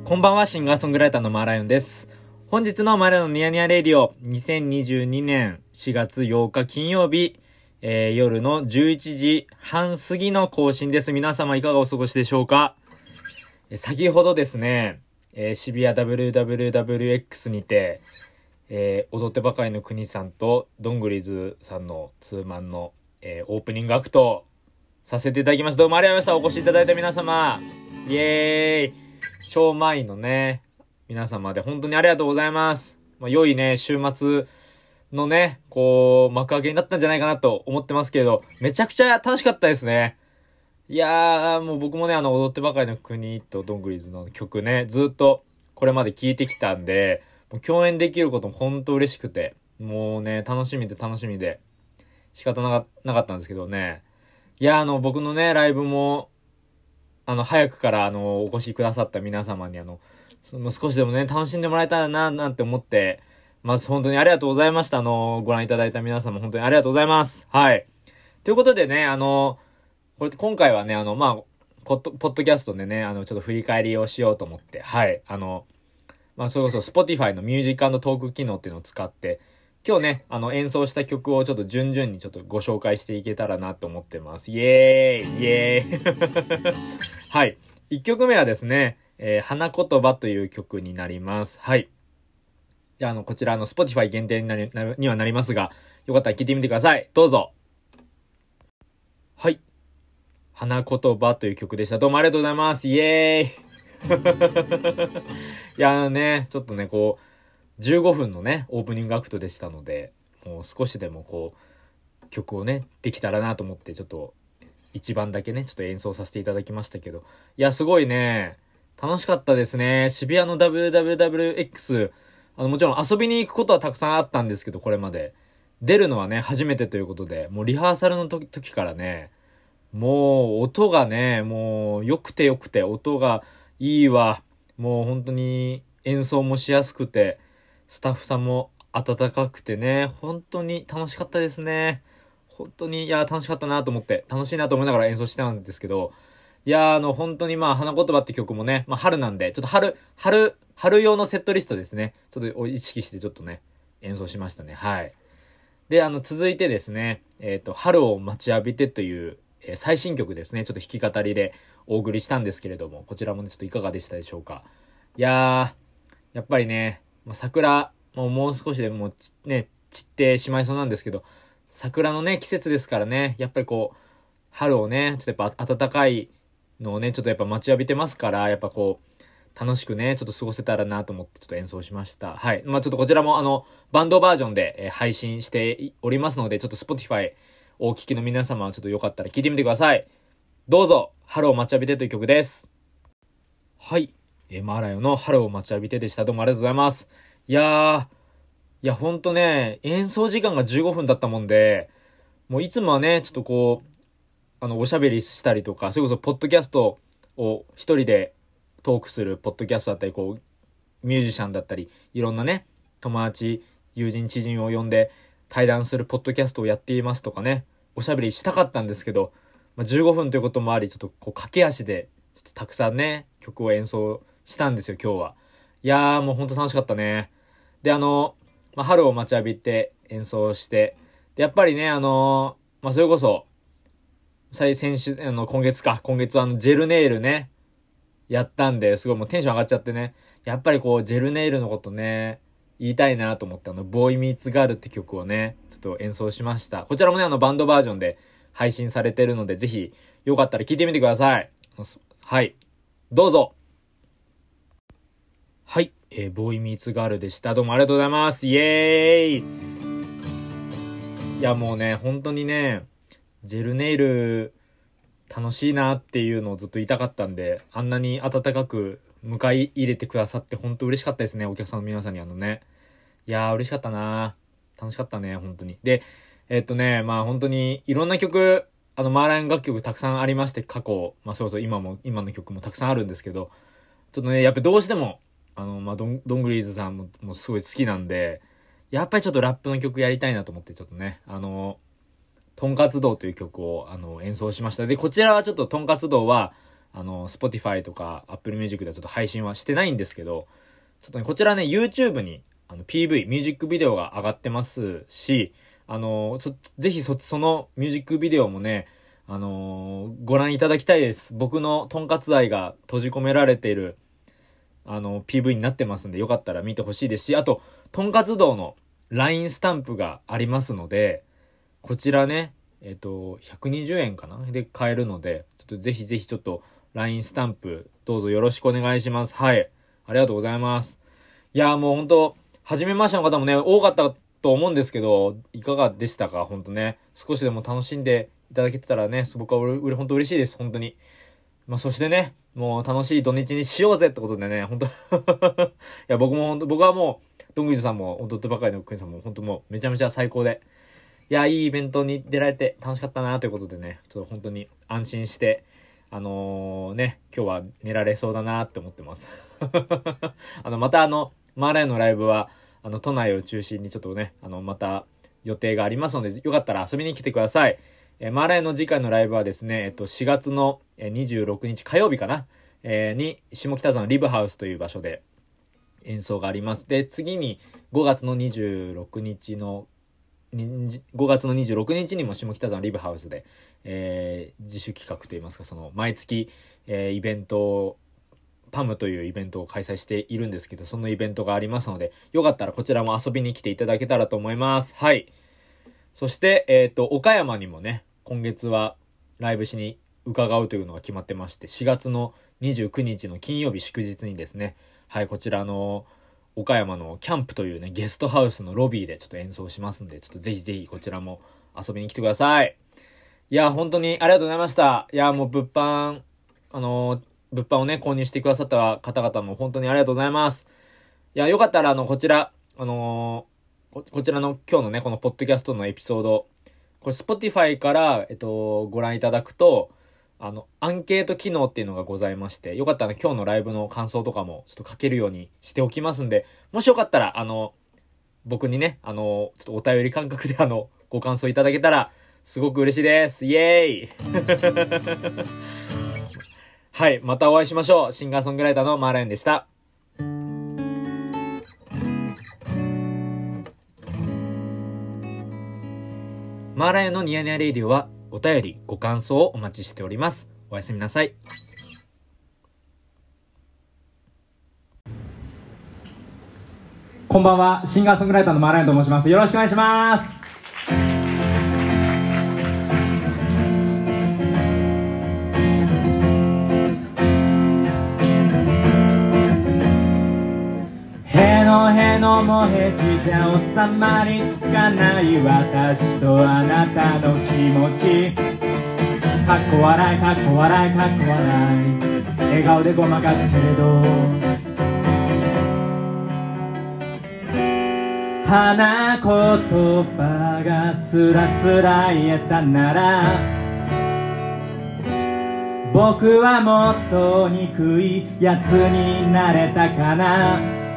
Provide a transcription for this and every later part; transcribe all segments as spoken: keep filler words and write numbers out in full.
こんばんは、シンガーソングライターのマーライオンです。本日のマーライオンのニヤニヤレディオ、にせんにじゅうにねんしがつようか金曜日、えー、夜のじゅういちじはん過ぎの更新です。皆様いかがお過ごしでしょうか。えー、先ほどですね、えー、渋谷 ダブリューダブリューダブリューエックス にて、えー、踊ってばかりの国さんとどんぐりずさんのツーマンの、えー、オープニングアクトさせていただきました。どうもありがとうございました。お越しいただいた皆様、イエーイ。超満員のね、皆様で本当にありがとうございます。まあ、良いね、週末のね、こう、幕開けになったんじゃないかなと思ってますけど、めちゃくちゃ楽しかったですね。いやー、もう僕もね、あの、踊ってばかりの国とどんぐりずの曲ね、ずっとこれまで聴いてきたんで、もう共演できることも本当嬉しくて、もうね、楽しみで楽しみで、仕方なか、なかったんですけどね。いやー、あの、僕のね、ライブも、あの、早くからあの、お越しくださった皆様にあの、その少しでもね、楽しんでもらえたらな、なんて思って、まず本当にありがとうございました。あの、ご覧いただいた皆様本当にありがとうございます。はい。ということでね、あの、これ、今回はね、あの、まあ、ポッド、ポッドキャストでね、あの、ちょっと振り返りをしようと思って、はい。あの、まあ、それこそ Spotify のミュージック&トーク機能っていうのを使って、今日ね、あの、演奏した曲をちょっと順々にちょっとご紹介していけたらなと思ってます。イエーイイエーイはい。いっきょくめはですね、えー、花言葉という曲になります。はい。じゃあ、あの、こちらの Spotify 限定になり、にはなりますが、よかったら聴いてみてください。どうぞ。はい。花言葉という曲でした。どうもありがとうございます。イエーイいや、あのね、ちょっとね、こう、じゅうごふんのね、オープニングアクトでしたので、もう少しでもこう、曲をね、できたらなと思って、ちょっと、一番だけね、ちょっと演奏させていただきましたけど、いや、すごいね、楽しかったですね。渋谷の ダブリューダブリューダブリューエックス、あの、もちろん遊びに行くことはたくさんあったんですけど、これまで。出るのはね、初めてということで、もうリハーサルの時時からね、もう音がね、もう良くて良くて、音がいいわ。もう本当に演奏もしやすくて、スタッフさんも温かくてね、本当に楽しかったですね。本当に、いや、楽しかったなと思って、楽しいなと思いながら演奏してたんですけど、いや、あの、本当にまあ、花言葉って曲もね、まあ、春なんで、ちょっと春、春、春用のセットリストですね。ちょっと意識してちょっとね、演奏しましたね。はい。で、あの、続いてですね、えっと、春を待ちわびてという、えー最新曲ですね、ちょっと弾き語りでお送りしたんですけれども、こちらもね、ちょっといかがでしたでしょうか。いやー、やっぱりね、まあ、桜、もうもう少しでもうちね、散ってしまいそうなんですけど、桜のね、季節ですからね、やっぱりこう、春をね、ちょっとやっぱ暖かいのをね、ちょっとやっぱ待ちわびてますから、やっぱこう、楽しくね、ちょっと過ごせたらなと思ってちょっと演奏しました。はい。まあちょっとこちらもあの、バンドバージョンで、えー配信しておりますので、ちょっと Spotify をお聴きの皆様はちょっとよかったら聴いてみてください。どうぞ、春を待ちわびてという曲です。はい。えー、マーライオンの春を待ちわびてでした。どうもありがとうございます。いやー、いやほんとね、演奏時間がじゅうごふんだったもんで、もういつもはね、ちょっとこう、あの、おしゃべりしたりとか、それこそ、ポッドキャストを一人でトークするポッドキャストだったり、こう、ミュージシャンだったり、いろんなね、友達、友人、知人を呼んで対談するポッドキャストをやっていますとかね、おしゃべりしたかったんですけど、まあ、じゅうごふんということもあり、ちょっとこう、駆け足で、ちょっとたくさんね、曲を演奏したんですよ、今日は。いやー、もうほんと楽しかったね。で、あの、まあ、春を待ちわびて演奏して、で、やっぱりね、あのまあ、それこそ、最先週、あの、今月か。今月はあの、ジェルネイルね、やったんで、すごいもうテンション上がっちゃってね。やっぱりこう、ジェルネイルのことね、言いたいなと思って、あの、ボーイミーツガールって曲をね、ちょっと演奏しました。こちらもね、あの、バンドバージョンで配信されてるので、ぜひ、よかったら聴いてみてください。はい。どうぞ。はい。えー、ボーイミーツガールでした。どうもありがとうございます。イエーイ。いや、もうね、本当にね、ジェルネイル楽しいなっていうのをずっと言いたかったんで、あんなに温かく迎え入れてくださって本当嬉しかったですね、お客さんの皆さんに。あのね、いやー嬉しかったな、楽しかったね、本当に。で、えっとね、まあ本当にいろんな曲、あのマーライオン楽曲たくさんありまして、過去、まあそうそう今も、今の曲もたくさんあるんですけど、ちょっとね、やっぱどうしても、あの、まあ、ドン、ドングリーズさんも、もうすごい好きなんで、やっぱりちょっとラップの曲やりたいなと思って、ちょっとね、あの、とんかつ道という曲をあの演奏しました。で、こちらはちょっととんかつ道は、 あの、Spotify とか Apple Music ではちょっと配信はしてないんですけど、ちょっとね、こちらね、YouTube に、あの、ピーブイ、ミュージックビデオが上がってますし、あの、そ、ぜひそ、そのミュージックビデオもね、あのー、ご覧いただきたいです。僕のとんかつ愛が閉じ込められている、あの、ピーブイ になってますんで、よかったら見てほしいですし、あと、とんかつ道の ライン スタンプがありますので、こちらね、えっと、ひゃくにじゅうえんかなで買えるので、ちょっとぜひぜひちょっと ライン スタンプ、どうぞよろしくお願いします。はい。ありがとうございます。いやーもうほんと、初めましての方もね、多かったと思うんですけど、いかがでしたか？ほんとね。少しでも楽しんでいただけてたらね、僕はうれ、ほんと嬉しいです。本当に。まあ、そしてね、もう楽しい土日にしようぜってことでね、ほんといや、僕もほんと、僕はもう、どんぐりさんも、ドットばかりのクイさんも、ほんともう、めちゃめちゃ最高で。いや、いいイベントに出られて楽しかったなということでね、ちょっと本当に安心して、あのー、ね、今日は寝られそうだなって思ってます。あの、またあの、マーライオンのライブは、あの、都内を中心にちょっとね、あの、また予定がありますので、よかったら遊びに来てください。えー、マーライオンの次回のライブはですね、えっと、しがつのにじゅうろくにち火曜日かな、えー、に、下北沢のリブハウスという場所で演奏があります。で、次にごがつのにじゅうろくにちのごがつのにじゅうろくにちにも下北沢リブハウスで、えー、自主企画といいますか、その毎月、えー、イベントをパムというイベントを開催しているんですけど、そのイベントがありますので、よかったらこちらも遊びに来ていただけたらと思います。はい。そして、えっと、岡山にもね、今月はライブしに伺うというのが決まってまして、しがつのにじゅうくにちの金曜日祝日にですね、はい、こちらの、岡山のキャンプというね、ゲストハウスのロビーでちょっと演奏しますんで、ちょっとぜひぜひこちらも遊びに来てください。いや、本当にありがとうございました。いや、もう物販、あのー、物販をね、購入してくださった方々も本当にありがとうございます。いや、よかったらあの、こちら、あのー、こ、こちらの今日のね、このポッドキャストのエピソード、これ Spotify から、えっと、ご覧いただくと、あの、アンケート機能っていうのがございまして、よかったら今日のライブの感想とかもちょっと書けるようにしておきますんで、もしよかったら、あの、僕にね、あの、ちょっとお便り感覚であの、ご感想いただけたら、すごく嬉しいです。イエーイはい、またお会いしましょう。シンガーソングライターのマーライオンでした。マーライオンのニヤニヤレイディオは、お便り、ご感想をお待ちしております。おやすみなさい。 こんばんは、シンガーソングライターのマーライオンと申します。よろしくお願いします。へのへのもへじじゃ収まりつかない私とあなたの気持ち、かっこ笑いかっこ笑いかっこ笑い、笑顔でごまかすけれど、花言葉がスラスラ言えたなら、僕はもっと憎いやつになれたかな。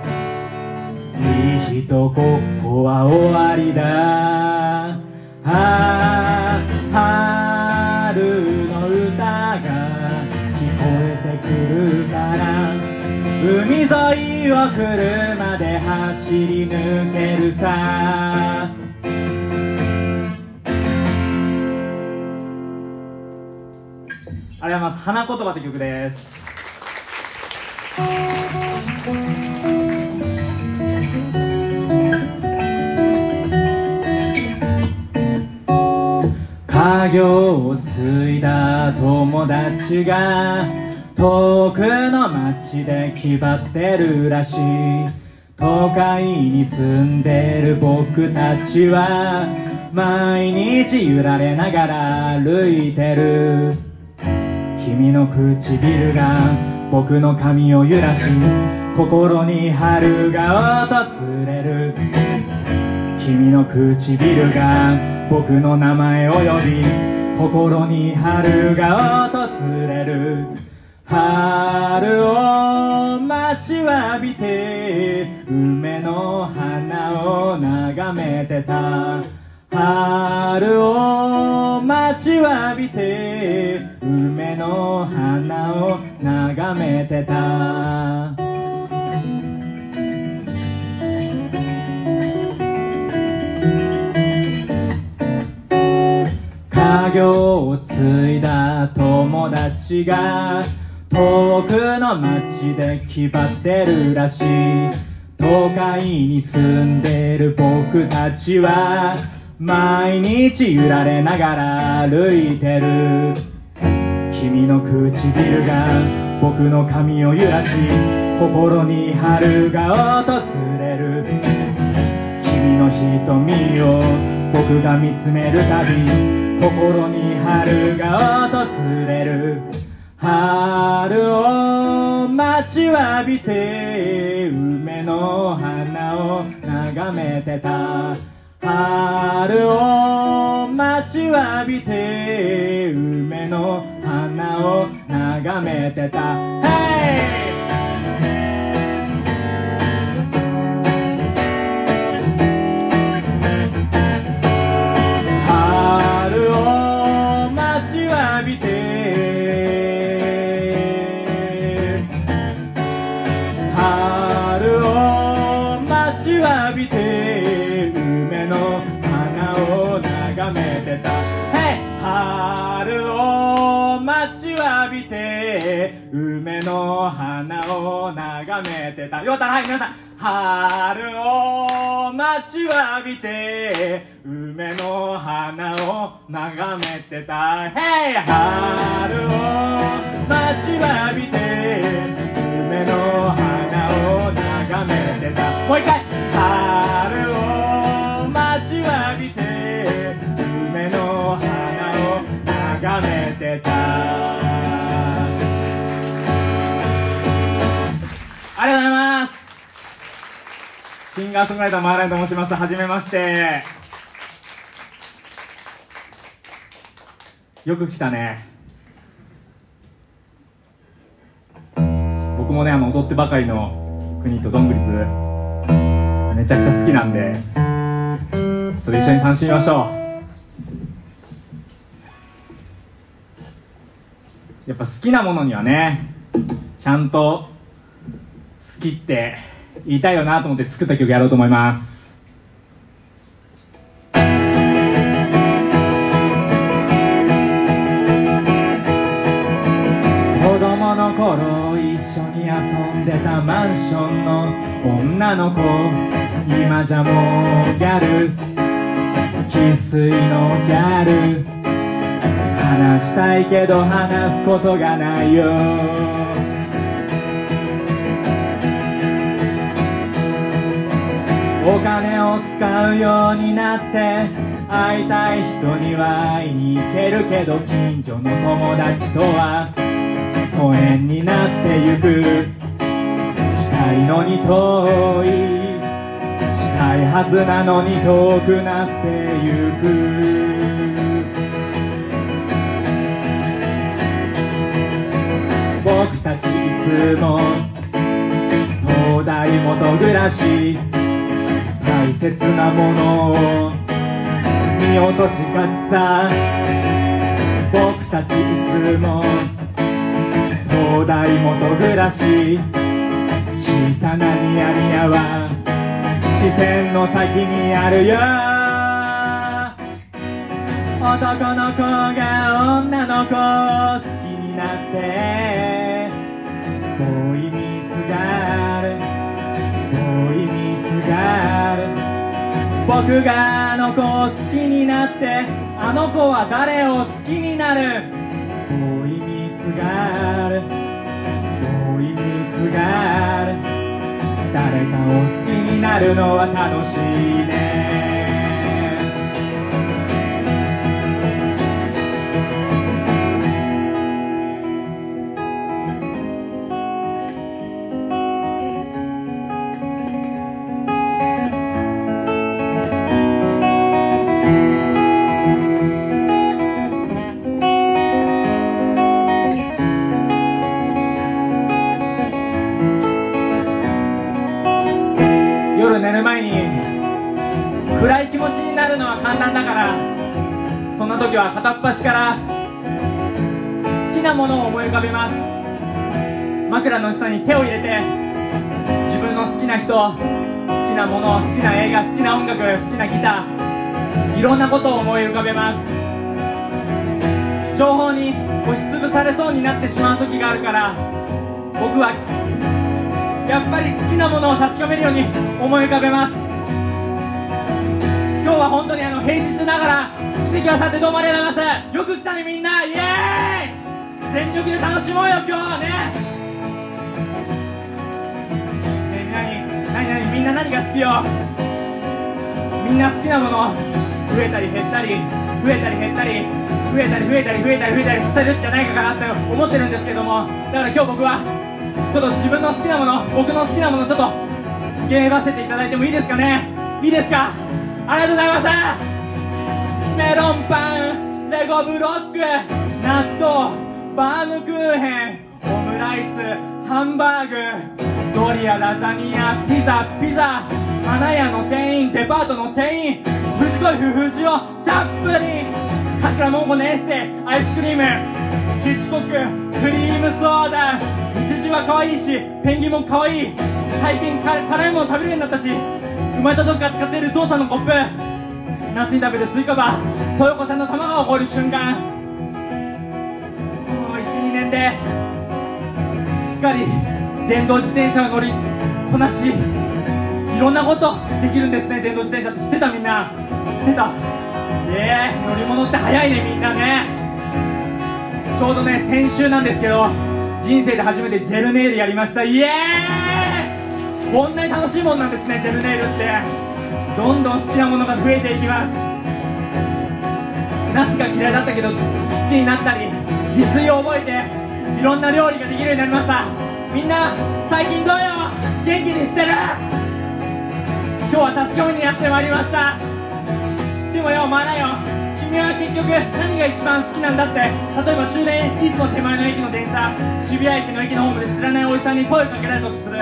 いい人ここは終わりだ。ああ、春の歌が聞こえてくるから、海沿いを車で走り抜けるさ。ありがとうございます。花言葉って曲です。家業を継いだ友達が遠くの町で気張ってるらしい。都会に住んでる僕たちは毎日揺られながら歩いてる。君の唇が僕の髪を揺らし、心に春が訪れる。君の唇が僕の名前を呼び、心に春が訪れる。春を待ちわびて梅の花を眺めてた。春を待ちわびて梅梅の花を眺めてた。家業を継いだ友達が遠くの町で気張ってるらしい。都会に住んでる僕たちは毎日揺られながら歩いてる。君の唇が僕の髪を揺らし、心に春が訪れる。君の瞳を僕が見つめるたび、心に春が訪れる。春を待ちわびて梅の花を眺めてた。春を待ちわびて梅の花を眺めてた。Hey! 春を待ちわびて春を待ちわびて梅の花を眺めてた。Hey! 春を待ちわびて梅の花を眺めてた。よかったら、はい、皆さん。春を待ちわびて梅の花を眺めてた。Hey! 春を待ちわびて梅の花を眺めてた。もう一回。春を待ちわびて梅の花を眺めてた。ありがとうございます。シンガーソングライターマーライと申します。はじめまして。よく来たね。僕もね、あの踊ってばかりの国とどんぐりずめちゃくちゃ好きなんで、それ一緒に楽しみましょう。やっぱ好きなものにはね、ちゃんと好きって言いたいよなと思って作った曲やろうと思います。子供の頃一緒に遊んでたマンションの女の子、今じゃもうギャル、生粋のギャル。話したいけど話すことがないよ。お金を使うようになって会いたい人には会いに行けるけど、近所の友達とは疎遠になってゆく。近いのに遠い、近いはずなのに遠くなってゆく。僕たちいつも灯台元暮らし、大切なものを見落としがちさ。僕たちいつも灯台元暮らし、小さなニヤニヤは視線の先にあるよ。男の子が女の子を好きになって恋につがる、恋につがる。僕があの子を好きになって、あの子は誰を好きになる。恋につがる、恋につがる。誰かを好きになるのは楽しいね。夜寝る前に暗い気持ちになるのは簡単だから、そんな時は片っ端から好ききなものを思い浮かべます。枕の下に手を入れて、自分の好きな人、好きなもの、好きな映画、好きな音楽、好きなギター、いろんなことを思い浮かべます。情報に押しつぶされそうになってしまう時があるから、僕はやっぱり好きなものを確かめるように思い浮かべます。今日は本当にあの平日ながら来てくださってどうもありがとうございます。よく来たねみんな、イエーイ。全力で楽しもうよ今日はね。ねえ、何何何みんな何が好きよ。みんな好きなもの増えたり減ったり増えたり減ったり増えたり増えたり増えたり増えたりしてるんじゃないかなって思ってるんですけども、だから今日僕はちょっと自分の好きなもの、僕の好きなものちょっと叫ばせていただいてもいいですかね。いいですか。ありがとうございます。メロンパン、レゴブロック、納豆、バームクーヘン、オムライス、ハンバーグ、ドリア、ラザニア、ピザ、ピザ、花屋の店員、デパートの店員、藤子 F 不二雄、チャップリン、さくらもんこのエッセイ、アイスクリーム、キッチコック、クリームソーダ、羊は可愛いし、ペンギンも可愛い。最近か辛いもの食べるようになったし、生まれた時から使っているゾウさんのコップ、夏に食べるスイカバー、豊子さんの卵が起こる瞬間、もういち、にねんですっかり電動自転車を乗りこなし、いろんなことできるんですね。電動自転車って知ってた？みんな知ってた？えー、乗り物って早いねみんなね。ちょうどね先週なんですけど、人生で初めてジェルネイルやりました。イエーイ。こんなに楽しいもんなんですね、ジェルネイルって。どんどん好きなものが増えていきます。ナスが嫌いだったけど好きになったり、自炊を覚えていろんな料理ができるようになりました。みんな最近どうよ、元気にしてる？今日は確かめにやってまいりました。でもよ、まだよ、君は結局何が一番好きなんだって。例えば終電いつの手前の駅の電車、渋谷駅の駅のホームで知らないおじさんに声をかけられたとする。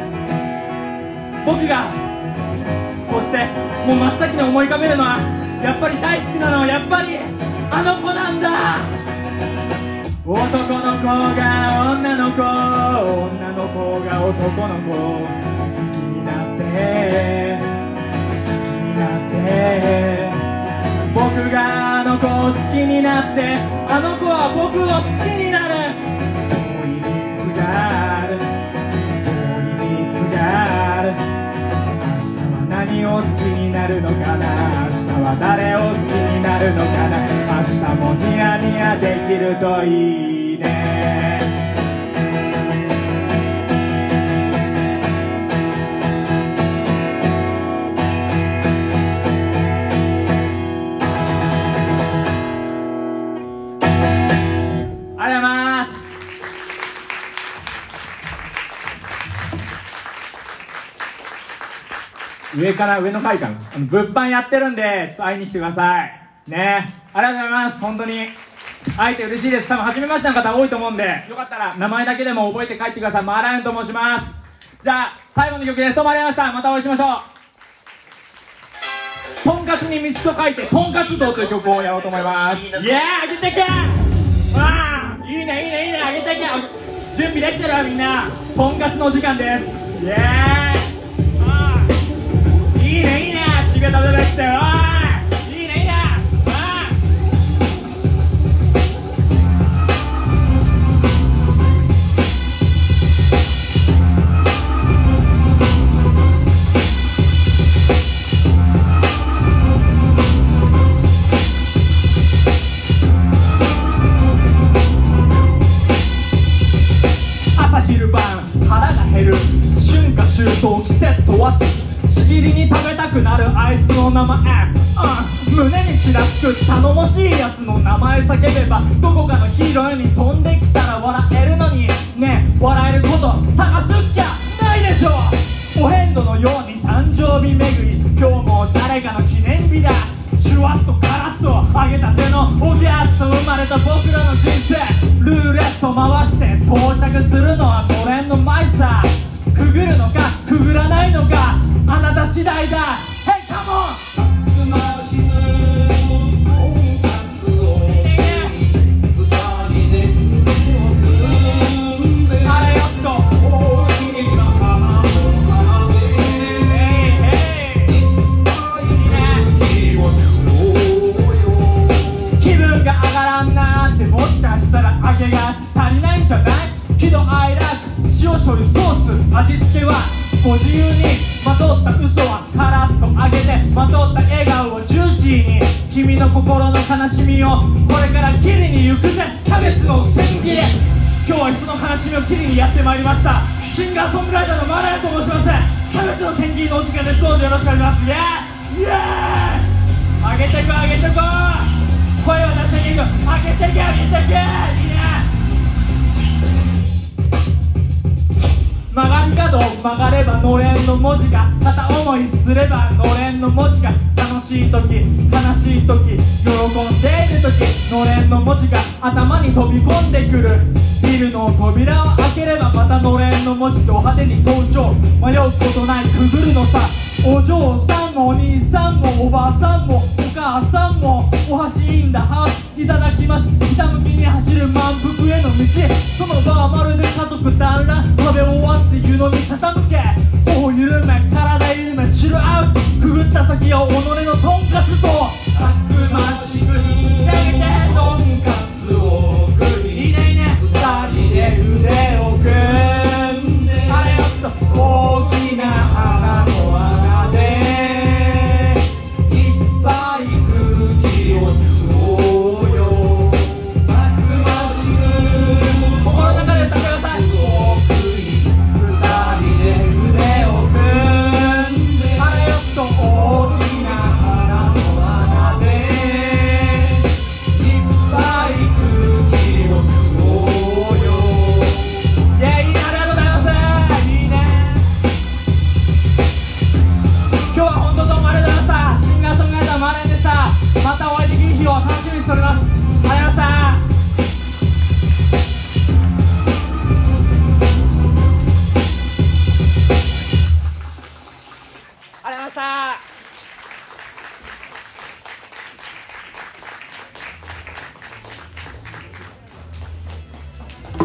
僕がそしてもう真っ先に思い浮かべるのは、やっぱり大好きなのはやっぱりあの子なんだ。男の子が女の子、女の子が男の子、好きになって好きになって、僕があの子を好きになって、あの子は僕を好きになる。遠い蜜がある、遠い蜜がある。明日は何を好きになるのかな、明日は誰を好きになるのかな、明日もニヤニヤできるといいね。上から上の階かな、あの物販やってるんでちょっと会いに来てくださいね。ありがとうございます。本当に会えて嬉しいです。多分初めましての方多いと思うんで、よかったら名前だけでも覚えて帰ってください。マーライオンと申します。じゃあ最後の曲です。どうもありがとうございました。またお会いしましょう。とんかつに道と書いてとんかつ道という曲をやろうと思います。イエーイ、上げてけ。わあ、いいねいいねいいね、上げてけ。準備できてるわみんな。とんかつのお時間です。イエーイ、いいねいいね、渋谷食べれってよ。いいねいいね。朝昼晩腹が減る、春夏秋冬季節問わずしきりに食べたくなるあいつの名前、うん、胸にちらつく頼もしいやつの名前叫べば、どこかのヒーローに飛んできたら笑えるのにね。笑えること探すっきゃないでしょ。お遍路のように誕生日巡り、今日も誰かの記念日だ。シュワッとカラッと揚げたてのおぎゃっと生まれた僕らの人生、ルーレット回して到着するのはのれんのマイさ。くぐるのかくぐらないのかあなた次第だ。Hey come on。 味付けはご自由に、まとった嘘はカラッと上げて、まとった笑顔をジューシーに、君の心の悲しみをこれから切りに行くぜ、キャベツの千切れ。今日はその悲しみを切りにやってまいりました。シンガーソングライターのマラヤと申します。キャベツの千切りのお時間です。どうぞよろしくお願いします。イエーイイエーイ。上げてこ上げてこ、声を出していく、上げてけ上げてけ、いいね。曲がり角を曲がればのれんの文字が、片思いすればのれんの文字が、楽しい時悲しい時喜んでいる時、のれんの文字が頭に飛び込んでくる。ビルの扉を開ければまたのれんの文字と派手に登場。迷うことないくぐるのさ、お嬢さんもお兄さんもおばあさんもお母さんも、お箸いいんだハーツいただきます。北向きに走る満腹への道、その場はまるで家族団らん、食べ終わって湯飲み傾け、頬緩め体緩めチルアウト、くぐった先を己のとんかつとたくましく引き上げて、とんかつを食い、いいねいいね、二人で腕を組んで、あれよっと大きな花の穴でいっぱい空気を吸おうよ、たくましく心の中で歌ってください。二人で腕を組んで、あれよっと大きな花の穴でいっぱい空気を吸おうよ。いや、いいね、ありがとうございます。いいね。今日は本当どうもありがとうございました。シンガーソングライターマレンでした。またお会いできる日を楽しみにしております。ありがとうございました。ありがとうございました。